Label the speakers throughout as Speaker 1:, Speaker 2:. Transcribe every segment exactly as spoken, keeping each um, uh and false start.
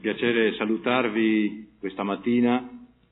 Speaker 1: piacere salutarvi questa mattina.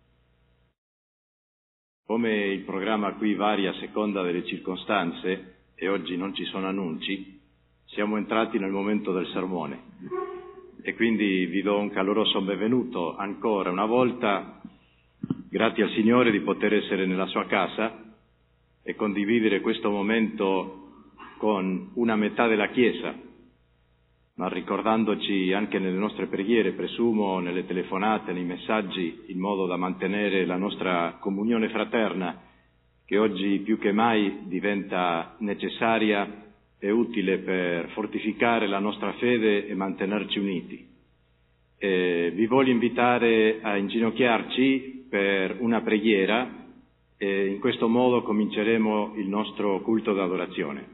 Speaker 1: Come il programma qui varia a seconda delle circostanze e oggi non ci sono annunci, siamo entrati nel momento del sermone e quindi vi do un caloroso benvenuto ancora una volta. Grazie al Signore di poter essere nella sua casa e condividere questo momento con una metà della Chiesa, ma ricordandoci anche nelle nostre preghiere, presumo, nelle telefonate, nei messaggi, in modo da mantenere la nostra comunione fraterna, che oggi più che mai diventa necessaria e utile per fortificare la nostra fede e mantenerci uniti. E vi voglio invitare a inginocchiarci per una preghiera e in questo modo cominceremo il nostro culto d'adorazione.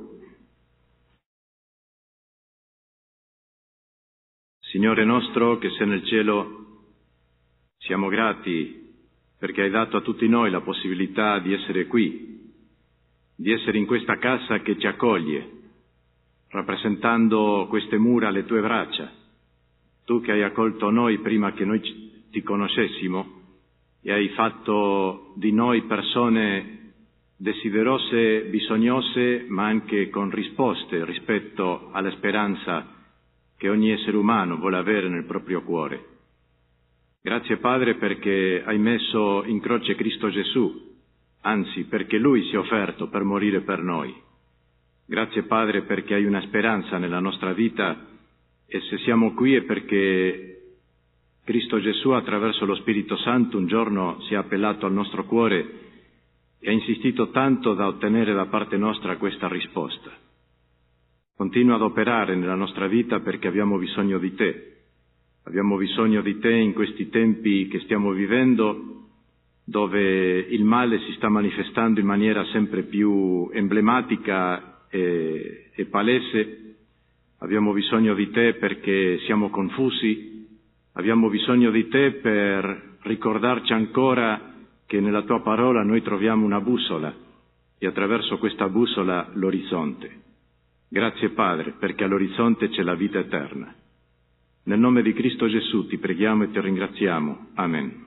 Speaker 1: Signore nostro che sei nel cielo, siamo grati perché hai dato a tutti noi la possibilità di essere qui, di essere in questa casa che ci accoglie, rappresentando queste mura alle tue braccia. Tu che hai accolto noi prima che noi ti conoscessimo e hai fatto di noi persone desiderose, bisognose, ma anche con risposte rispetto alla speranza che ogni essere umano vuole avere nel proprio cuore. Grazie Padre perché hai messo in croce Cristo Gesù, anzi perché Lui si è offerto per morire per noi. Grazie Padre perché hai una speranza nella nostra vita e se siamo qui è perché Cristo Gesù attraverso lo Spirito Santo un giorno si è appellato al nostro cuore e ha insistito tanto da ottenere da parte nostra questa risposta. Continua ad operare nella nostra vita perché abbiamo bisogno di te. Abbiamo bisogno di te in questi tempi che stiamo vivendo, dove il male si sta manifestando in maniera sempre più emblematica e, e palese. Abbiamo bisogno di te perché siamo confusi. Abbiamo bisogno di te per ricordarci ancora che nella tua parola noi troviamo una bussola e attraverso questa bussola l'orizzonte. Grazie Padre, perché all'orizzonte c'è la vita eterna. Nel nome di Cristo Gesù ti preghiamo e ti ringraziamo. Amen.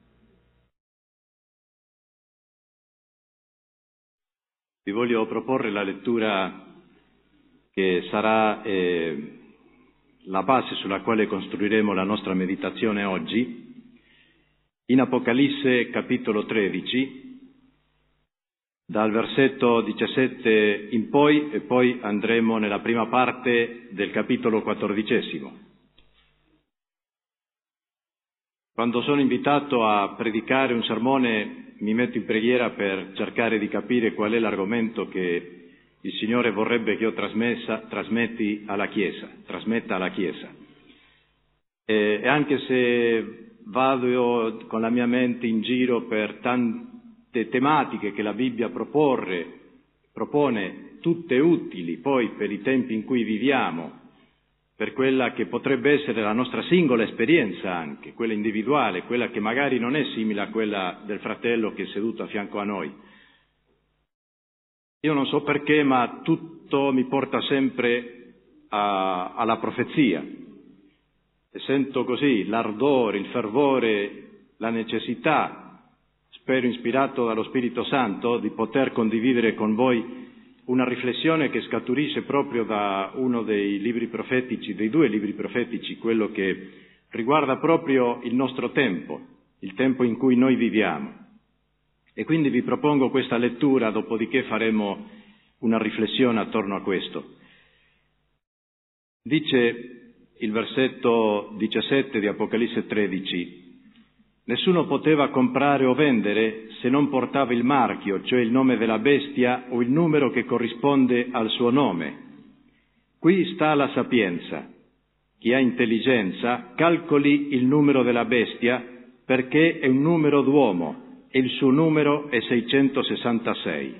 Speaker 1: Vi voglio proporre la lettura che sarà eh, la base sulla quale costruiremo la nostra meditazione oggi, in Apocalisse capitolo tredici, dal versetto diciassette in poi, e poi andremo nella prima parte del capitolo quattordicesimo. Quando sono invitato a predicare un sermone mi metto in preghiera per cercare di capire qual è l'argomento che il Signore vorrebbe che io trasmessa, trasmetti alla Chiesa, trasmetta alla Chiesa. E, e anche se vado io con la mia mente in giro per tanti tematiche che la Bibbia proporre, propone, tutte utili poi per i tempi in cui viviamo, per quella che potrebbe essere la nostra singola esperienza anche, quella individuale, quella che magari non è simile a quella del fratello che è seduto a fianco a noi. Io non so perché, ma tutto mi porta sempre a, alla profezia. E sento così l'ardore, il fervore, la necessità, spero ispirato dallo Spirito Santo, di poter condividere con voi una riflessione che scaturisce proprio da uno dei libri profetici, dei due libri profetici, quello che riguarda proprio il nostro tempo, il tempo in cui noi viviamo. E quindi vi propongo questa lettura, dopodiché faremo una riflessione attorno a questo. Dice il versetto diciassette di Apocalisse tredici: nessuno poteva comprare o vendere se non portava il marchio, cioè il nome della bestia o il numero che corrisponde al suo nome. Qui sta la sapienza. Chi ha intelligenza calcoli il numero della bestia perché è un numero d'uomo e il suo numero è seicentosessantasei.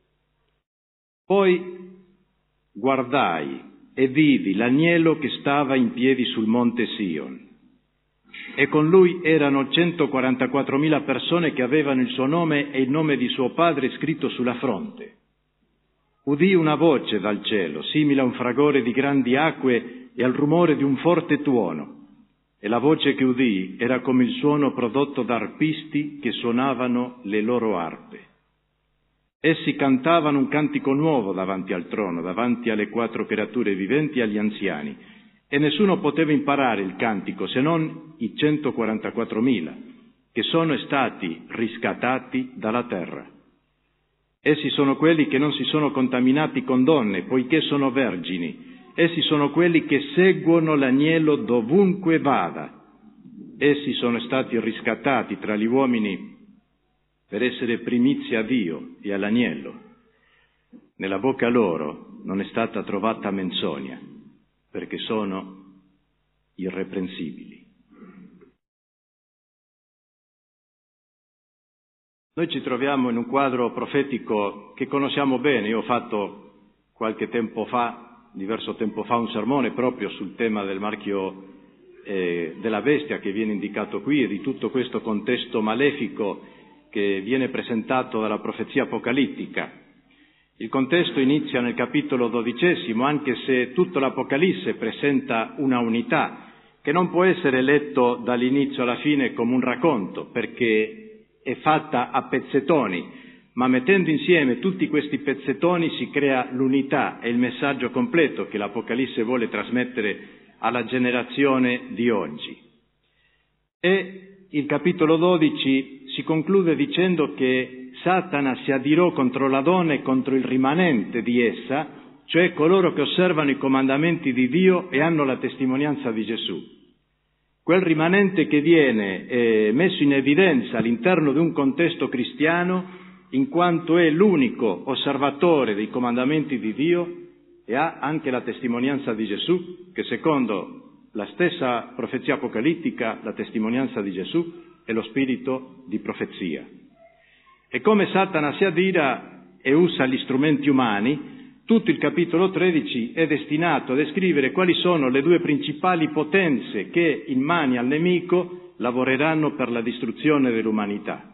Speaker 1: Poi guardai e vidi l'agnello che stava in piedi sul monte Sion. E con lui erano centoquarantaquattromila persone che avevano il suo nome e il nome di suo padre scritto sulla fronte. Udì una voce dal cielo, simile a un fragore di grandi acque e al rumore di un forte tuono. e la voce che udii era come il suono prodotto da arpisti che suonavano le loro arpe. Essi cantavano un cantico nuovo davanti al trono, davanti alle quattro creature viventi e agli anziani, e nessuno poteva imparare il cantico se non i centoquarantaquattromila, che sono stati riscattati dalla terra. Essi sono quelli che non si sono contaminati con donne, poiché sono vergini. Essi sono quelli che seguono l'agnello dovunque vada. Essi sono stati riscattati tra gli uomini per essere primizie a Dio e all'agnello. Nella bocca loro non è stata trovata menzogna, perché sono irreprensibili. Noi ci troviamo in un quadro profetico che conosciamo bene. Io ho fatto qualche tempo fa, diverso tempo fa, un sermone proprio sul tema del marchio eh, della bestia che viene indicato qui e di tutto questo contesto malefico che viene presentato dalla profezia apocalittica. Il contesto inizia nel capitolo dodicesimo, anche se tutta l'Apocalisse presenta una unità che non può essere letto dall'inizio alla fine come un racconto, perché è fatta a pezzettoni, ma mettendo insieme tutti questi pezzettoni si crea l'unità e il messaggio completo che l'Apocalisse vuole trasmettere alla generazione di oggi. E il capitolo dodici si conclude dicendo che Satana si adirò contro la donna e contro il rimanente di essa, cioè coloro che osservano i comandamenti di Dio e hanno la testimonianza di Gesù. Quel rimanente che viene eh, messo in evidenza all'interno di un contesto cristiano, in quanto è l'unico osservatore dei comandamenti di Dio e ha anche la testimonianza di Gesù, che secondo la stessa profezia apocalittica, la testimonianza di Gesù è lo spirito di profezia. E come Satana si adira e usa gli strumenti umani, tutto il capitolo tredici è destinato a descrivere quali sono le due principali potenze che in mani al nemico lavoreranno per la distruzione dell'umanità.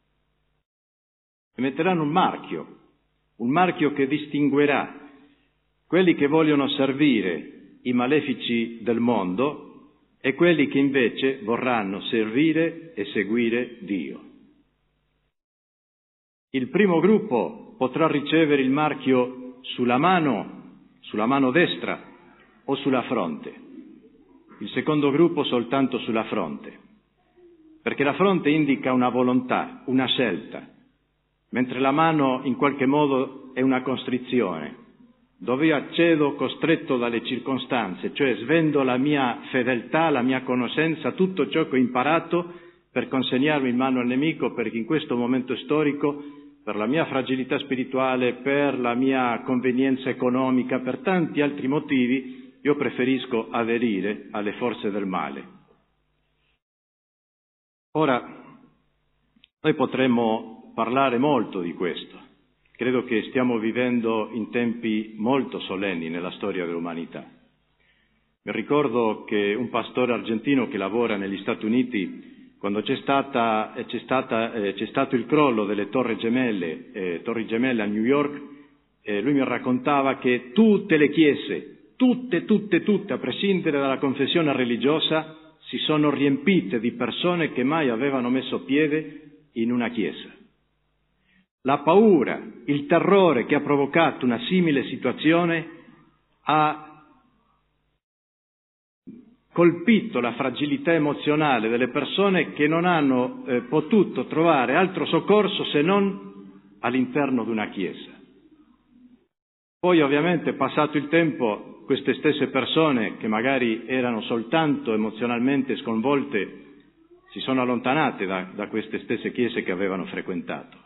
Speaker 1: E metteranno un marchio, un marchio che distinguerà quelli che vogliono servire i malefici del mondo e quelli che invece vorranno servire e seguire Dio. Il primo gruppo potrà ricevere il marchio sulla mano, sulla mano destra o sulla fronte. Il secondo gruppo soltanto sulla fronte, perché la fronte indica una volontà, una scelta, mentre la mano in qualche modo è una costrizione, dove io accedo costretto dalle circostanze, cioè svendo la mia fedeltà, la mia conoscenza, tutto ciò che ho imparato per consegnarmi in mano al nemico, perché in questo momento storico, per la mia fragilità spirituale, per la mia convenienza economica, per tanti altri motivi, io preferisco aderire alle forze del male. Ora, noi potremmo parlare molto di questo. Credo che stiamo vivendo in tempi molto solenni nella storia dell'umanità. Mi ricordo che un pastore argentino che lavora negli Stati Uniti, quando c'è, stata, c'è, stata, eh, c'è stato il crollo delle Torri Gemelle, eh, Torri Gemelle a New York, eh, lui mi raccontava che tutte le chiese, tutte, tutte, tutte, a prescindere dalla confessione religiosa, si sono riempite di persone che mai avevano messo piede in una chiesa. La paura, il terrore che ha provocato una simile situazione ha colpito la fragilità emozionale delle persone che non hanno eh, potuto trovare altro soccorso se non all'interno di una chiesa. Poi ovviamente, passato il tempo, queste stesse persone che magari erano soltanto emozionalmente sconvolte si sono allontanate da, da queste stesse chiese che avevano frequentato.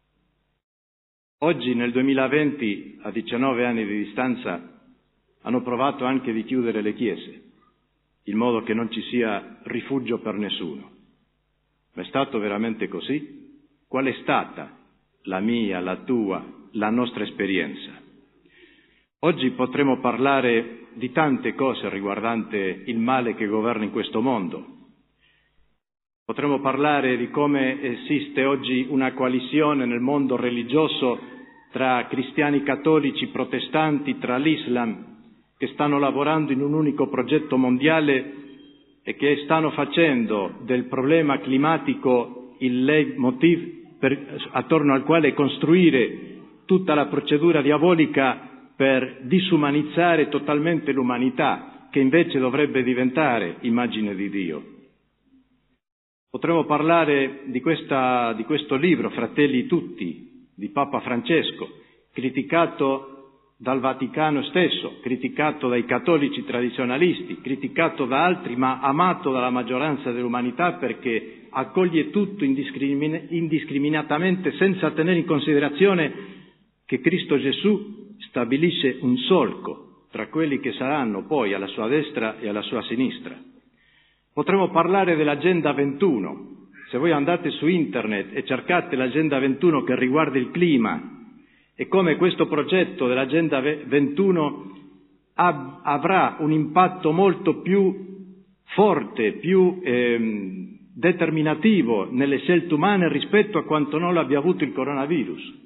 Speaker 1: Oggi, nel duemilaventi, a diciannove anni di distanza, hanno provato anche di chiudere le chiese, in modo che non ci sia rifugio per nessuno. Ma è stato veramente così? Qual è stata la mia, la tua, la nostra esperienza? Oggi potremo parlare di tante cose riguardante il male che governa in questo mondo. Potremmo parlare di come esiste oggi una coalizione nel mondo religioso tra cristiani cattolici, protestanti, tra l'Islam, che stanno lavorando in un unico progetto mondiale e che stanno facendo del problema climatico il leitmotiv per, attorno al quale costruire tutta la procedura diabolica per disumanizzare totalmente l'umanità, che invece dovrebbe diventare immagine di Dio. Potremmo parlare di, questa, di questo libro, Fratelli Tutti, di Papa Francesco, criticato dal Vaticano stesso, criticato dai cattolici tradizionalisti, criticato da altri, ma amato dalla maggioranza dell'umanità perché accoglie tutto indiscrimin- indiscriminatamente senza tenere in considerazione che Cristo Gesù stabilisce un solco tra quelli che saranno poi alla sua destra e alla sua sinistra. Potremmo parlare dell'Agenda ventuno. Se voi andate su internet e cercate l'Agenda ventuno che riguarda il clima e come questo progetto dell'Agenda ventuno ab- avrà un impatto molto più forte, più ehm, determinativo nelle scelte umane rispetto a quanto non l'abbia avuto il coronavirus.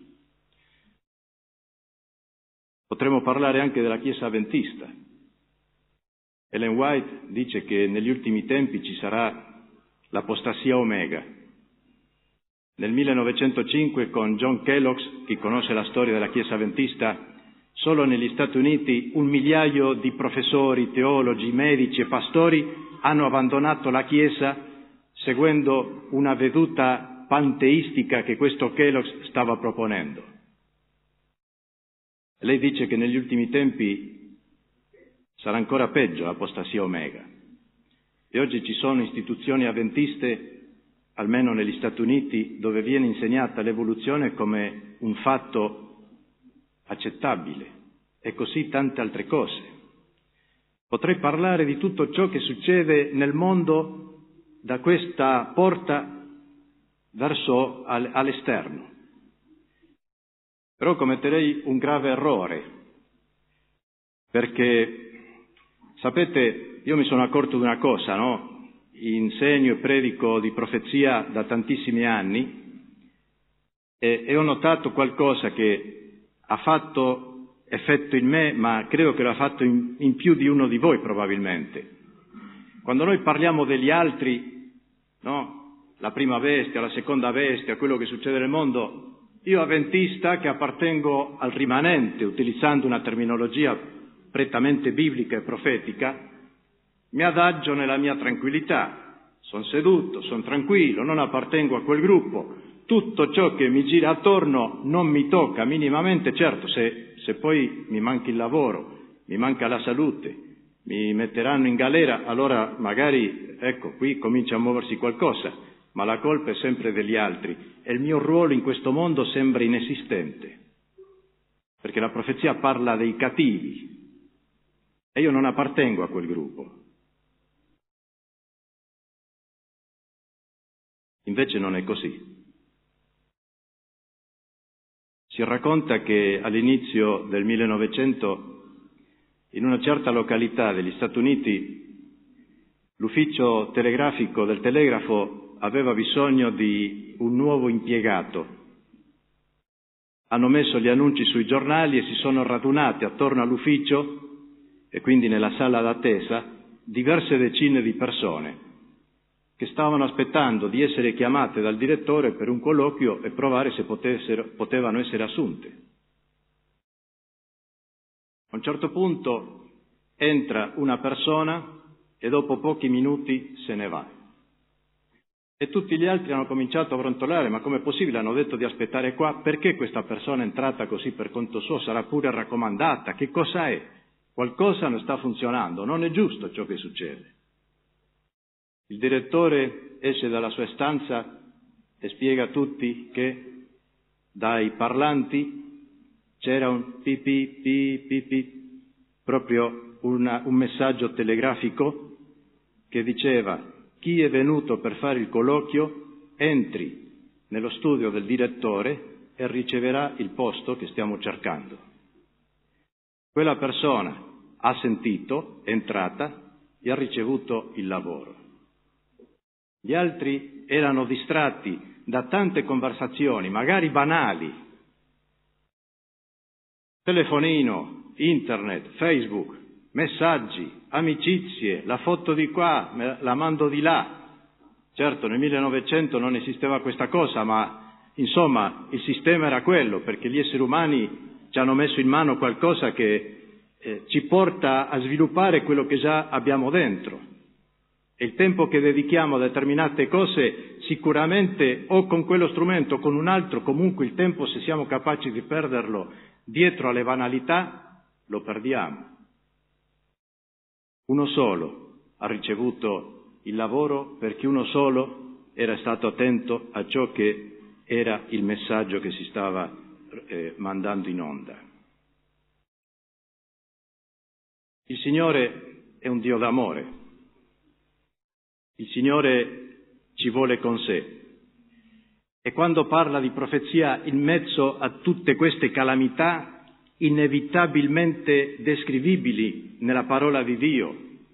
Speaker 1: Potremmo parlare anche della Chiesa Adventista. Ellen White dice che negli ultimi tempi ci sarà l'apostasia omega. Nel millenovecentocinque con John Kellogg, chi conosce la storia della Chiesa Adventista, solo negli Stati Uniti un migliaio di professori, teologi, medici e pastori hanno abbandonato la Chiesa seguendo una veduta panteistica che questo Kellogg stava proponendo. Lei dice che negli ultimi tempi sarà ancora peggio l'apostasia omega. E oggi ci sono istituzioni avventiste, almeno negli Stati Uniti, dove viene insegnata l'evoluzione come un fatto accettabile, e così tante altre cose. Potrei parlare di tutto ciò che succede nel mondo da questa porta verso all'esterno. Però commetterei un grave errore, perché, sapete, io mi sono accorto di una cosa, no? Insegno e predico di profezia da tantissimi anni e, e ho notato qualcosa che ha fatto effetto in me, ma credo che l'ha fatto in, in più di uno di voi probabilmente. Quando noi parliamo degli altri, no? La prima bestia, la seconda bestia, quello che succede nel mondo, io avventista che appartengo al rimanente, utilizzando una terminologia prettamente biblica e profetica, mi adagio nella mia tranquillità, sono seduto, sono tranquillo, non appartengo a quel gruppo, tutto ciò che mi gira attorno non mi tocca minimamente, certo se, se poi mi manca il lavoro, mi manca la salute, mi metteranno in galera, allora magari, ecco, qui comincia a muoversi qualcosa, ma la colpa è sempre degli altri e il mio ruolo in questo mondo sembra inesistente, perché la profezia parla dei cattivi e io non appartengo a quel gruppo. Invece non è così. Si racconta che all'inizio del millenovecento, in una certa località degli Stati Uniti, l'ufficio telegrafico del telegrafo aveva bisogno di un nuovo impiegato. Hanno messo gli annunci sui giornali e si sono radunati attorno all'ufficio, e quindi nella sala d'attesa, diverse decine di persone che stavano aspettando di essere chiamate dal direttore per un colloquio e provare se potessero, potevano essere assunte. A un certo punto entra una persona e dopo pochi minuti se ne va. E tutti gli altri hanno cominciato a brontolare, ma com'è possibile? Hanno detto di aspettare qua, perché questa persona è entrata così per conto suo? Sarà pure raccomandata, che cosa è? Qualcosa non sta funzionando, non è giusto ciò che succede. Il direttore esce dalla sua stanza e spiega a tutti che dai parlanti c'era un pipì, pipì, pipì, proprio una, un messaggio telegrafico che diceva: chi è venuto per fare il colloquio entri nello studio del direttore e riceverà il posto che stiamo cercando. Quella persona ha sentito, è entrata e ha ricevuto il lavoro. Gli altri erano distratti da tante conversazioni, magari banali. Telefonino, internet, Facebook, messaggi, amicizie, la foto di qua, la mando di là. Certo, nel millenovecento non esisteva questa cosa, ma insomma il sistema era quello, perché gli esseri umani ci hanno messo in mano qualcosa che eh, ci porta a sviluppare quello che già abbiamo dentro. E il tempo che dedichiamo a determinate cose, sicuramente o con quello strumento o con un altro, comunque il tempo, se siamo capaci di perderlo dietro alle banalità, lo perdiamo. Uno solo ha ricevuto il lavoro perché uno solo era stato attento a ciò che era il messaggio che si stava eh, mandando in onda. Il Signore è un Dio d'amore. Il Signore ci vuole con sé. E quando parla di profezia in mezzo a tutte queste calamità inevitabilmente descrivibili nella parola di Dio,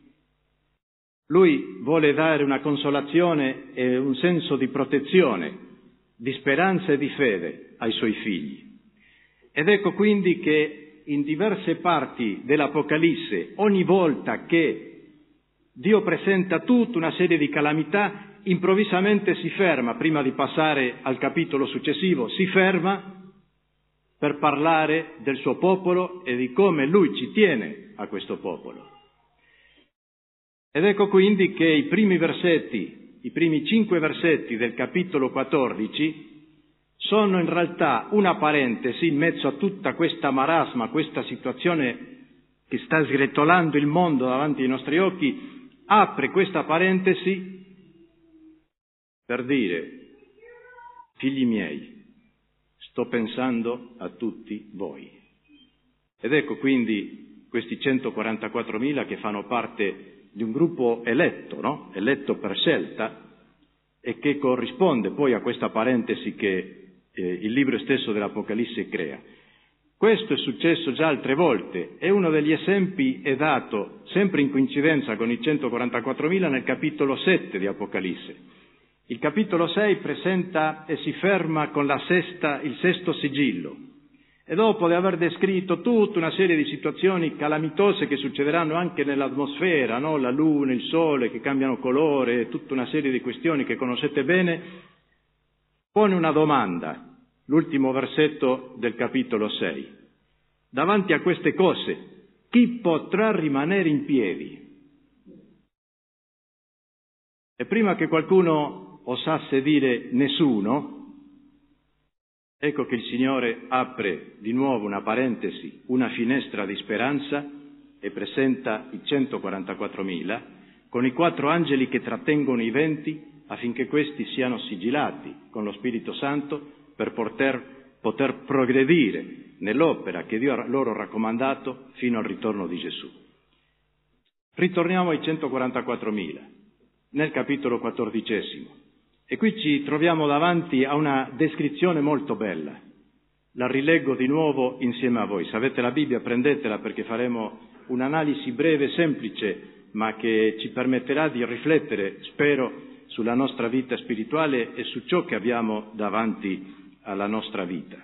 Speaker 1: Lui vuole dare una consolazione e un senso di protezione, di speranza e di fede ai Suoi figli. Ed ecco quindi che in diverse parti dell'Apocalisse, ogni volta che Dio presenta tutta una serie di calamità, improvvisamente si ferma, prima di passare al capitolo successivo, si ferma per parlare del suo popolo e di come Lui ci tiene a questo popolo. Ed ecco quindi che i primi versetti, i primi cinque versetti del capitolo quattordici, sono in realtà una parentesi in mezzo a tutta questa marasma, questa situazione che sta sgretolando il mondo davanti ai nostri occhi. Apre questa parentesi per dire: figli miei, sto pensando a tutti voi. Ed ecco quindi questi centoquarantaquattromila che fanno parte di un gruppo eletto, no? Eletto per scelta, e che corrisponde poi a questa parentesi che eh, il libro stesso dell'Apocalisse crea. Questo è successo già altre volte, e uno degli esempi è dato, sempre in coincidenza con i centoquarantaquattromila, nel capitolo sette di Apocalisse. Il capitolo sei presenta e si ferma con la sesta, il sesto sigillo, e dopo di aver descritto tutta una serie di situazioni calamitose che succederanno anche nell'atmosfera, no? La luna, il sole che cambiano colore, tutta una serie di questioni che conoscete bene, pone una domanda. L'ultimo versetto del capitolo sei. Davanti a queste cose, chi potrà rimanere in piedi? E prima che qualcuno osasse dire nessuno, ecco che il Signore apre di nuovo una parentesi, una finestra di speranza, e presenta i centoquarantaquattromila con i quattro angeli che trattengono i venti affinché questi siano sigillati con lo Spirito Santo per poter, poter progredire nell'opera che Dio ha loro raccomandato fino al ritorno di Gesù. Ritorniamo ai centoquarantaquattromila, nel capitolo quattordicesimo, e qui ci troviamo davanti a una descrizione molto bella. La rileggo di nuovo insieme a voi. Se avete la Bibbia prendetela, perché faremo un'analisi breve, semplice, ma che ci permetterà di riflettere, spero, sulla nostra vita spirituale e su ciò che abbiamo davanti alla nostra vita.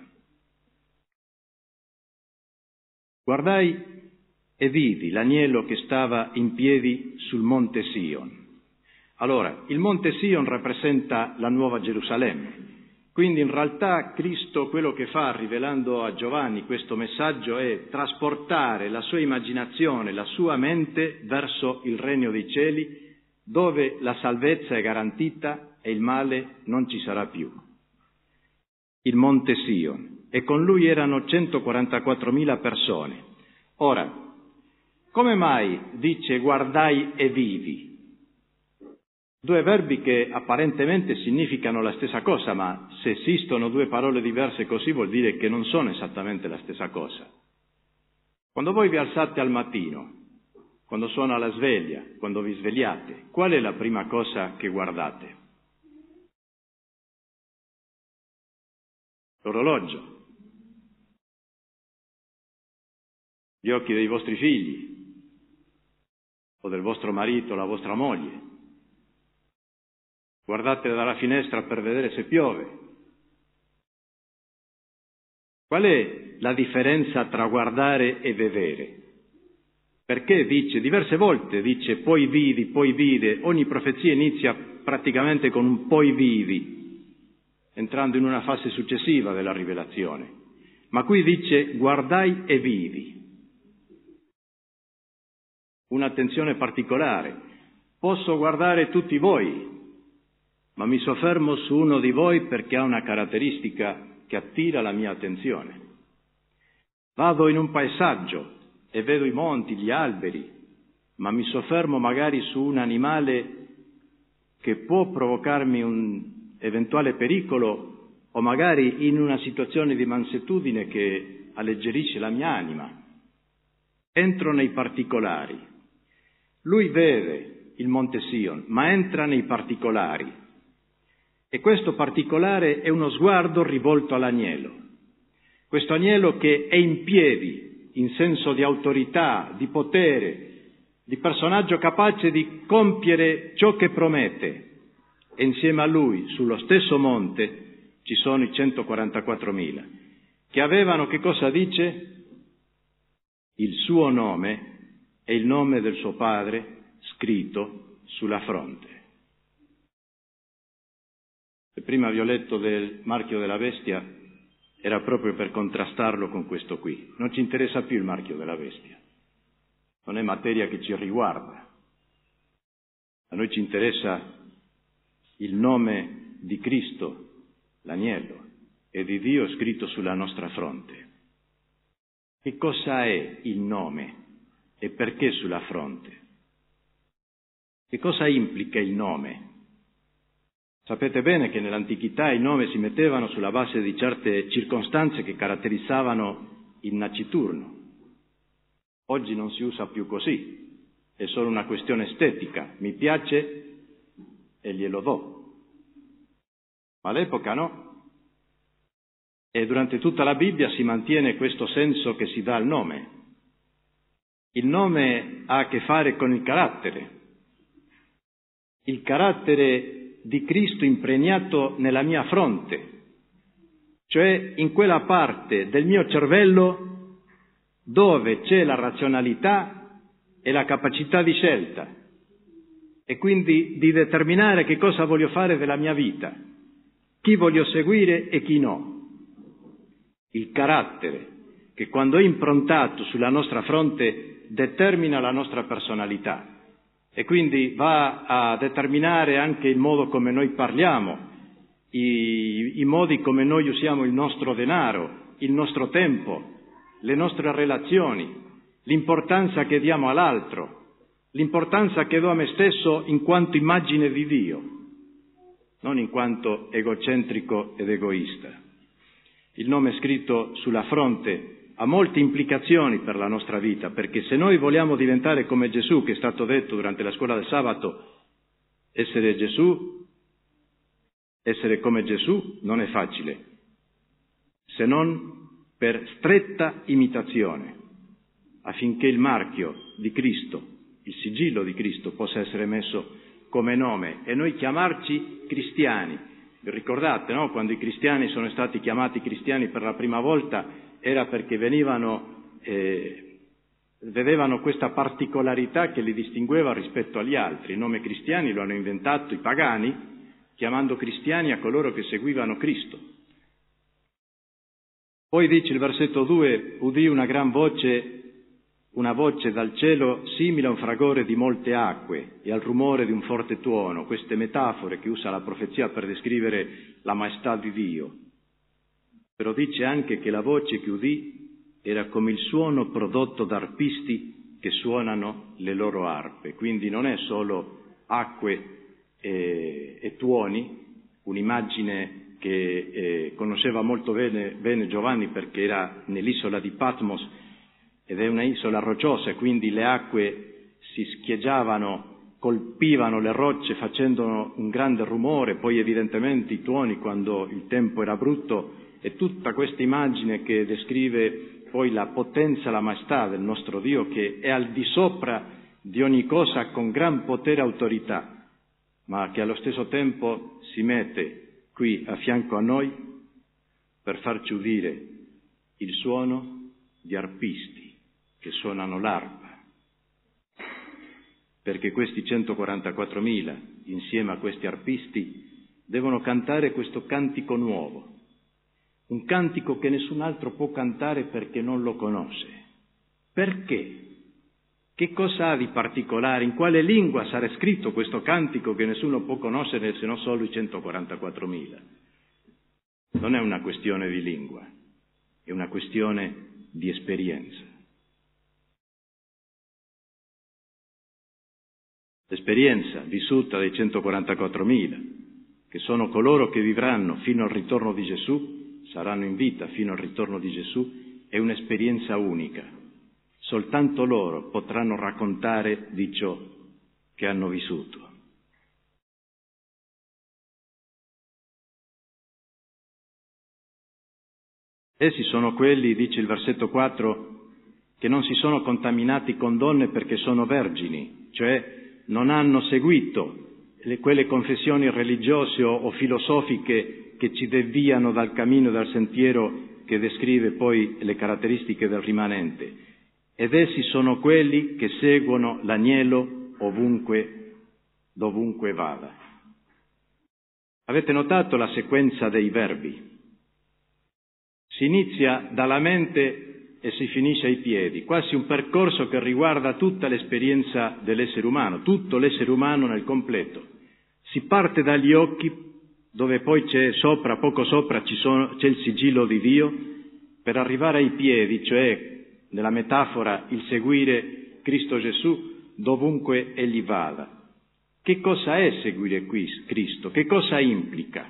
Speaker 1: Guardai e vidi l'agnello che stava in piedi sul monte Sion. Allora, il monte Sion rappresenta la nuova Gerusalemme, quindi in realtà Cristo quello che fa, rivelando a Giovanni questo messaggio, è trasportare la sua immaginazione, la sua mente verso il regno dei cieli, dove la salvezza è garantita e il male non ci sarà più. Il monte Sion, e con lui erano centoquarantaquattromila persone. Ora, come mai dice guardai e vidi? Due verbi che apparentemente significano la stessa cosa, ma se esistono due parole diverse così vuol dire che non sono esattamente la stessa cosa. Quando voi vi alzate al mattino, quando suona la sveglia, quando vi svegliate, qual è la prima cosa che guardate? L'orologio, gli occhi dei vostri figli, o del vostro marito o la vostra moglie. Guardate dalla finestra per vedere se piove. Qual è la differenza tra guardare e vedere? Perché dice, diverse volte dice poi vidi, poi vide, ogni profezia inizia praticamente con un poi vidi, entrando in una fase successiva della rivelazione. Ma qui dice guardai e vidi. Un'attenzione particolare. Posso guardare tutti voi, ma mi soffermo su uno di voi perché ha una caratteristica che attira la mia attenzione. Vado in un paesaggio e vedo i monti, gli alberi, ma mi soffermo magari su un animale che può provocarmi un eventuale pericolo o magari in una situazione di mansuetudine che alleggerisce la mia anima. Entro nei particolari. Lui vede il Monte Sion, ma entra nei particolari. E questo particolare è uno sguardo rivolto all'agnello. Questo agnello che è in piedi, in senso di autorità, di potere, di personaggio capace di compiere ciò che promette. E insieme a lui, sullo stesso monte, ci sono i centoquarantaquattromila, che avevano, che cosa dice? Il suo nome e il nome del suo padre scritto sulla fronte. E prima vi ho letto del marchio della bestia, era proprio per contrastarlo con questo qui. Non ci interessa più il marchio della bestia, non è materia che ci riguarda. A noi ci interessa il nome di Cristo, l'agnello, e di Dio scritto sulla nostra fronte. Che cosa è il nome e perché sulla fronte? Che cosa implica il nome? Sapete bene che nell'antichità i nomi si mettevano sulla base di certe circostanze che caratterizzavano il nasciturno. Oggi non si usa più così, è solo una questione estetica, mi piace e glielo do. Ma all'epoca no. E durante tutta la Bibbia si mantiene questo senso che si dà al nome. Il nome ha a che fare con il carattere. Il carattere di Cristo impregnato nella mia fronte, cioè in quella parte del mio cervello dove c'è la razionalità e la capacità di scelta e quindi di determinare che cosa voglio fare della mia vita, chi voglio seguire e chi no. Il carattere che quando è improntato sulla nostra fronte determina la nostra personalità. E quindi va a determinare anche il modo come noi parliamo, i, i modi come noi usiamo il nostro denaro, il nostro tempo, le nostre relazioni, l'importanza che diamo all'altro, l'importanza che do a me stesso in quanto immagine di Dio, non in quanto egocentrico ed egoista. Il nome scritto sulla fronte ha molte implicazioni per la nostra vita, perché se noi vogliamo diventare come Gesù, che è stato detto durante la scuola del sabato, essere Gesù, essere come Gesù non è facile, se non per stretta imitazione, affinché il marchio di Cristo, il sigillo di Cristo possa essere messo come nome e noi chiamarci cristiani. Vi ricordate, no? Quando i cristiani sono stati chiamati cristiani per la prima volta era perché venivano, eh, vedevano questa particolarità che li distingueva rispetto agli altri. Il nome cristiani lo hanno inventato i pagani, chiamando cristiani a coloro che seguivano Cristo. Poi dice il versetto due, udì una gran voce, una voce dal cielo simile a un fragore di molte acque e al rumore di un forte tuono, queste metafore che usa la profezia per descrivere la maestà di Dio. Però dice anche che la voce che udì era come il suono prodotto da arpisti che suonano le loro arpe. Quindi non è solo acque e, e tuoni, un'immagine che eh, conosceva molto bene, bene Giovanni perché era nell'isola di Patmos ed è una isola rocciosa, quindi le acque si scheggiavano, colpivano le rocce facendo un grande rumore, poi evidentemente i tuoni quando il tempo era brutto. E tutta questa immagine che descrive poi la potenza, la maestà del nostro Dio, che è al di sopra di ogni cosa con gran potere e autorità, ma che allo stesso tempo si mette qui a fianco a noi per farci udire il suono di arpisti che suonano l'arpa. perché questi centoquarantaquattromila, insieme a questi arpisti, devono cantare questo cantico nuovo, un cantico che nessun altro può cantare perché non lo conosce. Perché? Che cosa ha di particolare? In quale lingua sarà scritto questo cantico che nessuno può conoscere se non solo i centoquarantaquattromila? Non è una questione di lingua, è una questione di esperienza. L'esperienza vissuta dai centoquarantaquattromila, che sono coloro che vivranno fino al ritorno di Gesù, saranno in vita fino al ritorno di Gesù, è un'esperienza unica. Soltanto loro potranno raccontare di ciò che hanno vissuto. Essi sono quelli, dice il versetto quattro, che non si sono contaminati con donne perché sono vergini, cioè non hanno seguito le, quelle confessioni religiose o, o filosofiche che ci deviano dal cammino, dal sentiero che descrive poi le caratteristiche del rimanente. Ed essi sono quelli che seguono l'agnello ovunque, dovunque vada. Avete notato la sequenza dei verbi? Si inizia dalla mente e si finisce ai piedi, quasi un percorso che riguarda tutta l'esperienza dell'essere umano, tutto l'essere umano nel completo. Si parte dagli occhi, dove poi c'è sopra, poco sopra, ci sono, c'è il sigillo di Dio, per arrivare ai piedi, cioè nella metafora il seguire Cristo Gesù dovunque egli vada. Che cosa è seguire Cristo? Che cosa implica?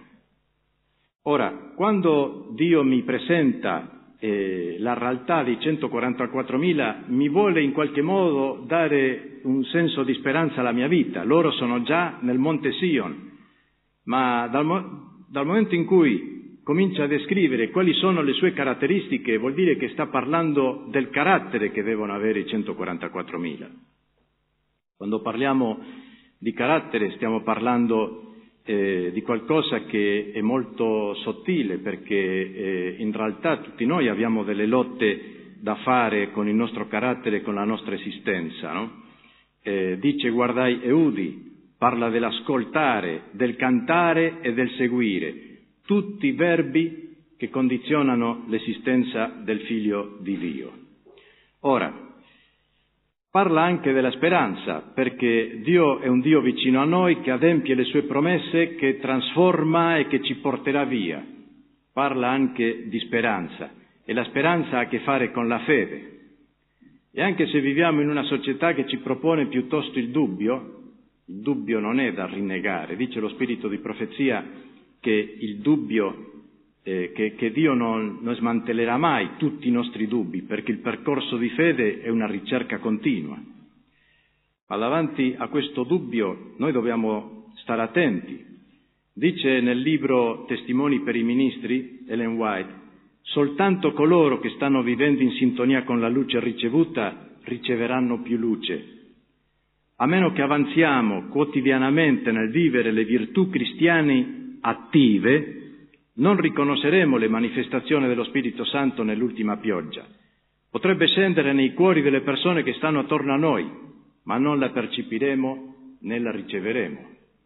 Speaker 1: Ora, quando Dio mi presenta eh, la realtà dei centoquarantaquattromila, mi vuole in qualche modo dare un senso di speranza alla mia vita. Loro sono già nel Monte Sion, ma dal, mo- dal momento in cui comincia a descrivere quali sono le sue caratteristiche, vuol dire che sta parlando del carattere che devono avere i centoquarantaquattromila. Quando parliamo di carattere stiamo parlando Eh, di qualcosa che è molto sottile, perché eh, in realtà tutti noi abbiamo delle lotte da fare con il nostro carattere e con la nostra esistenza, no? Eh, dice guardai e udi, parla dell'ascoltare, del cantare e del seguire, tutti verbi che condizionano l'esistenza del Figlio di Dio. Ora, parla anche della speranza, perché Dio è un Dio vicino a noi che adempie le sue promesse, che trasforma e che ci porterà via. Parla anche di speranza, e la speranza ha a che fare con la fede. E anche se viviamo in una società che ci propone piuttosto il dubbio, il dubbio non è da rinnegare, dice lo spirito di profezia che il dubbio Eh, che, che Dio non, non smantellerà mai tutti i nostri dubbi, perché il percorso di fede è una ricerca continua. Ma davanti a questo dubbio noi dobbiamo stare attenti. Dice nel libro Testimoni per i ministri, Ellen White, soltanto coloro che stanno vivendo in sintonia con la luce ricevuta riceveranno più luce. A meno che avanziamo quotidianamente nel vivere le virtù cristiane attive, non riconosceremo le manifestazioni dello Spirito Santo nell'ultima pioggia. Potrebbe scendere nei cuori delle persone che stanno attorno a noi, ma non la percepiremo né la riceveremo.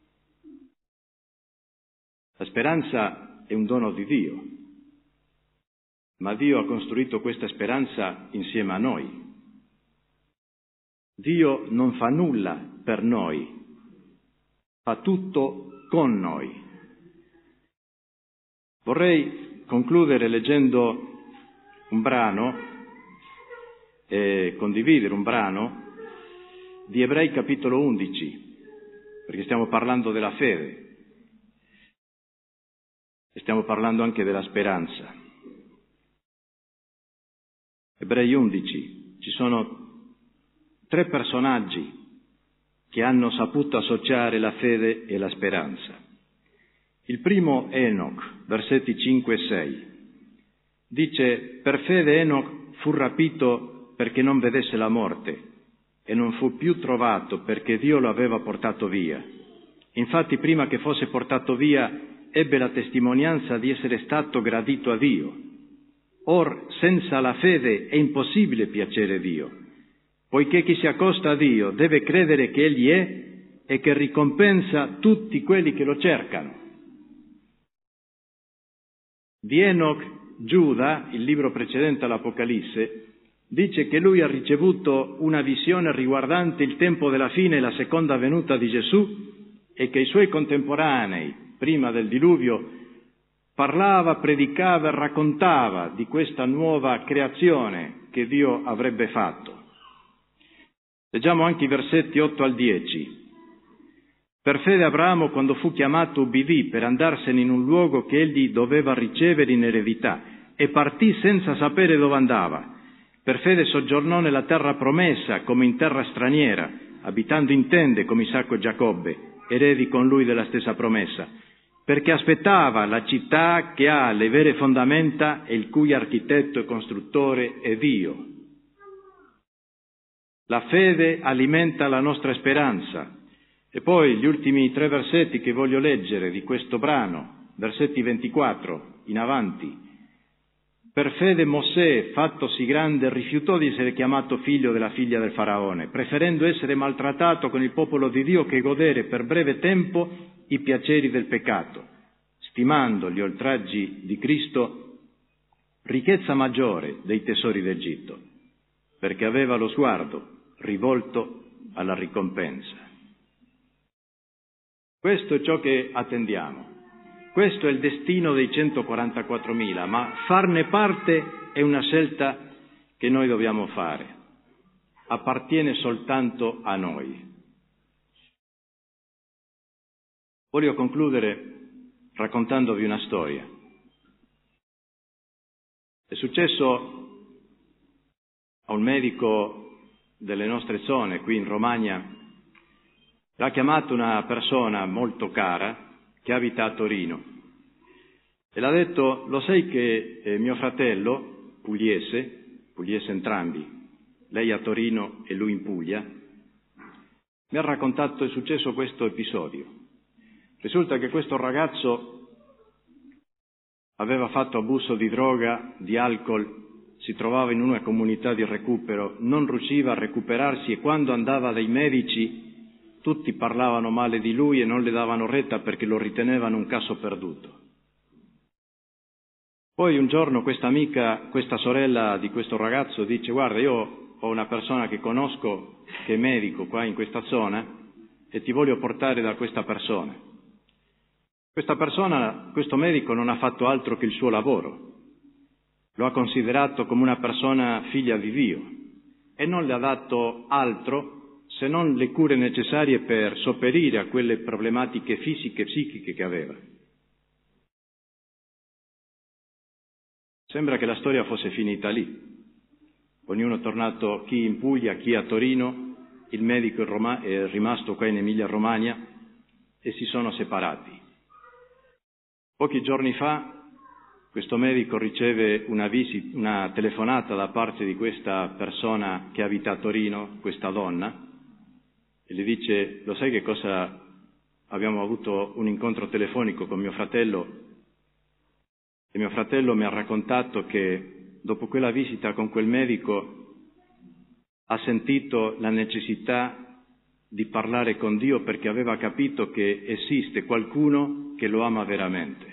Speaker 1: La speranza è un dono di Dio, ma Dio ha costruito questa speranza insieme a noi. Dio non fa nulla per noi, fa tutto con noi. Vorrei concludere leggendo un brano, e condividere un brano di Ebrei capitolo undici, perché stiamo parlando della fede e stiamo parlando anche della speranza. Ebrei undici, ci sono tre personaggi che hanno saputo associare la fede e la speranza. Il primo Enoch, versetti cinque e sei, dice: per fede Enoch fu rapito perché non vedesse la morte e non fu più trovato perché Dio lo aveva portato via. Infatti prima che fosse portato via ebbe la testimonianza di essere stato gradito a Dio. Or senza la fede è impossibile piacere Dio, poiché chi si accosta a Dio deve credere che Egli è e che ricompensa tutti quelli che lo cercano. Di Enoch, Giuda, il libro precedente all'Apocalisse, dice che lui ha ricevuto una visione riguardante il tempo della fine e la seconda venuta di Gesù e che i suoi contemporanei, prima del diluvio, parlava, predicava e raccontava di questa nuova creazione che Dio avrebbe fatto. Leggiamo anche i versetti otto al dieci. Per fede Abramo, quando fu chiamato, ubbidì per andarsene in un luogo che egli doveva ricevere in eredità e partì senza sapere dove andava. Per fede soggiornò nella terra promessa come in terra straniera, abitando in tende come Isacco e Giacobbe, eredi con lui della stessa promessa, perché aspettava la città che ha le vere fondamenta e il cui architetto e costruttore è Dio. La fede alimenta la nostra speranza. E poi gli ultimi tre versetti che voglio leggere di questo brano, versetti ventiquattro in avanti. Per fede Mosè, fattosi grande, rifiutò di essere chiamato figlio della figlia del faraone, preferendo essere maltrattato con il popolo di Dio che godere per breve tempo i piaceri del peccato, stimando gli oltraggi di Cristo ricchezza maggiore dei tesori d'Egitto, perché aveva lo sguardo rivolto alla ricompensa. Questo è ciò che attendiamo. Questo è il destino dei centoquarantaquattromila, ma farne parte è una scelta che noi dobbiamo fare. Appartiene soltanto a noi. Voglio concludere raccontandovi una storia. È successo a un medico delle nostre zone, qui in Romagna. L'ha chiamato una persona molto cara che abita a Torino e l'ha detto: lo sai che eh, mio fratello, pugliese, pugliese entrambi, lei a Torino e lui in Puglia, mi ha raccontato è successo questo episodio. Risulta che questo ragazzo aveva fatto abuso di droga, di alcol, si trovava in una comunità di recupero, non riusciva a recuperarsi e quando andava dai medici tutti parlavano male di lui e non le davano retta perché lo ritenevano un caso perduto. Poi un giorno questa amica, questa sorella di questo ragazzo dice: guarda, io ho una persona che conosco che è medico qua in questa zona e ti voglio portare da questa persona. Questa persona, questo medico non ha fatto altro che il suo lavoro, lo ha considerato come una persona figlia di Dio e non le ha dato altro se non le cure necessarie per sopperire a quelle problematiche fisiche e psichiche che aveva. Sembra che la storia fosse finita lì. Ognuno è tornato, chi in Puglia, chi a Torino, il medico è, Roma- è rimasto qua in Emilia-Romagna e si sono separati. Pochi giorni fa questo medico riceve una, visit- una telefonata da parte di questa persona che abita a Torino, questa donna, e gli dice: lo sai che cosa, abbiamo avuto un incontro telefonico con mio fratello e mio fratello mi ha raccontato che dopo quella visita con quel medico ha sentito la necessità di parlare con Dio perché aveva capito che esiste qualcuno che lo ama veramente.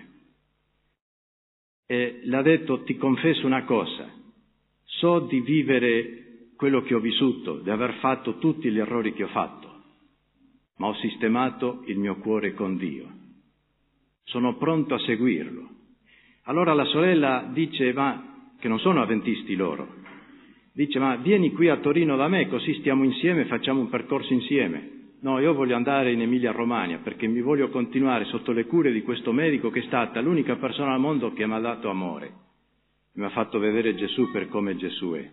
Speaker 1: E le ha detto: ti confesso una cosa, so di vivere quello che ho vissuto, di aver fatto tutti gli errori che ho fatto, ma ho sistemato il mio cuore con Dio. Sono pronto a seguirlo. Allora la sorella dice: ma che non sono avventisti loro, dice: ma vieni qui a Torino da me, così stiamo insieme e facciamo un percorso insieme. No, io voglio andare in Emilia-Romagna perché mi voglio continuare sotto le cure di questo medico che è stata l'unica persona al mondo che mi ha dato amore, mi ha fatto vedere Gesù per come Gesù è.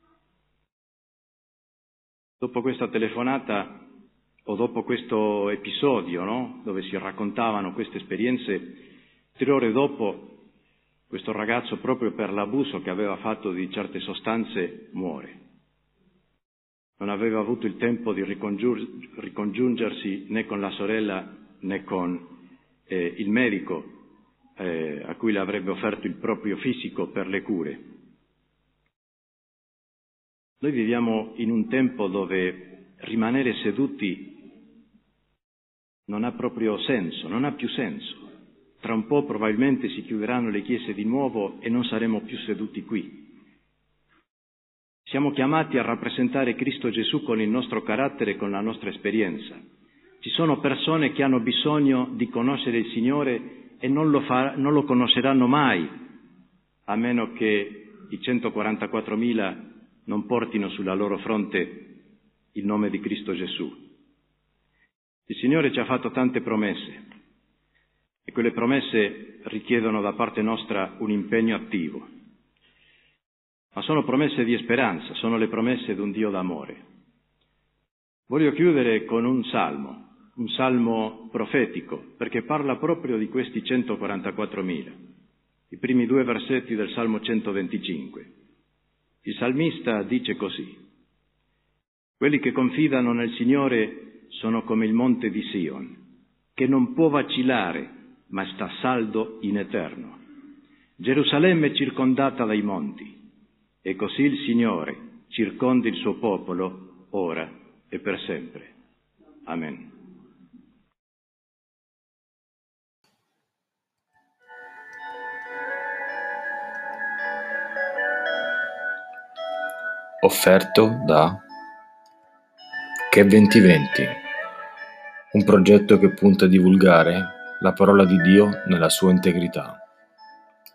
Speaker 1: Dopo questa telefonata o dopo questo episodio, no? Dove si raccontavano queste esperienze, tre ore dopo questo ragazzo, proprio per l'abuso che aveva fatto di certe sostanze, muore. Non aveva avuto il tempo di ricongiur- ricongiungersi né con la sorella né con eh, il medico eh, a cui le avrebbe offerto il proprio fisico per le cure. Noi viviamo in un tempo dove rimanere seduti non ha proprio senso, non ha più senso. Tra un po' probabilmente si chiuderanno le chiese di nuovo e non saremo più seduti qui. Siamo chiamati a rappresentare Cristo Gesù con il nostro carattere e con la nostra esperienza. Ci sono persone che hanno bisogno di conoscere il Signore e non lo, fa, non lo conosceranno mai, a meno che i centoquarantaquattromila non portino sulla loro fronte il nome di Cristo Gesù. Il Signore ci ha fatto tante promesse e quelle promesse richiedono da parte nostra un impegno attivo. Ma sono promesse di speranza, sono le promesse di un Dio d'amore. Voglio chiudere con un salmo, un salmo profetico, perché parla proprio di questi centoquarantaquattromila, i primi due versetti del Salmo centoventicinque. Il salmista dice così: quelli che confidano nel Signore sono come il monte di Sion, che non può vacillare, ma sta saldo in eterno. Gerusalemme è circondata dai monti, e così il Signore circonda il suo popolo ora e per sempre. Amen.
Speaker 2: Offerto da Che duemilaventi, un progetto che punta a divulgare la parola di Dio nella sua integrità.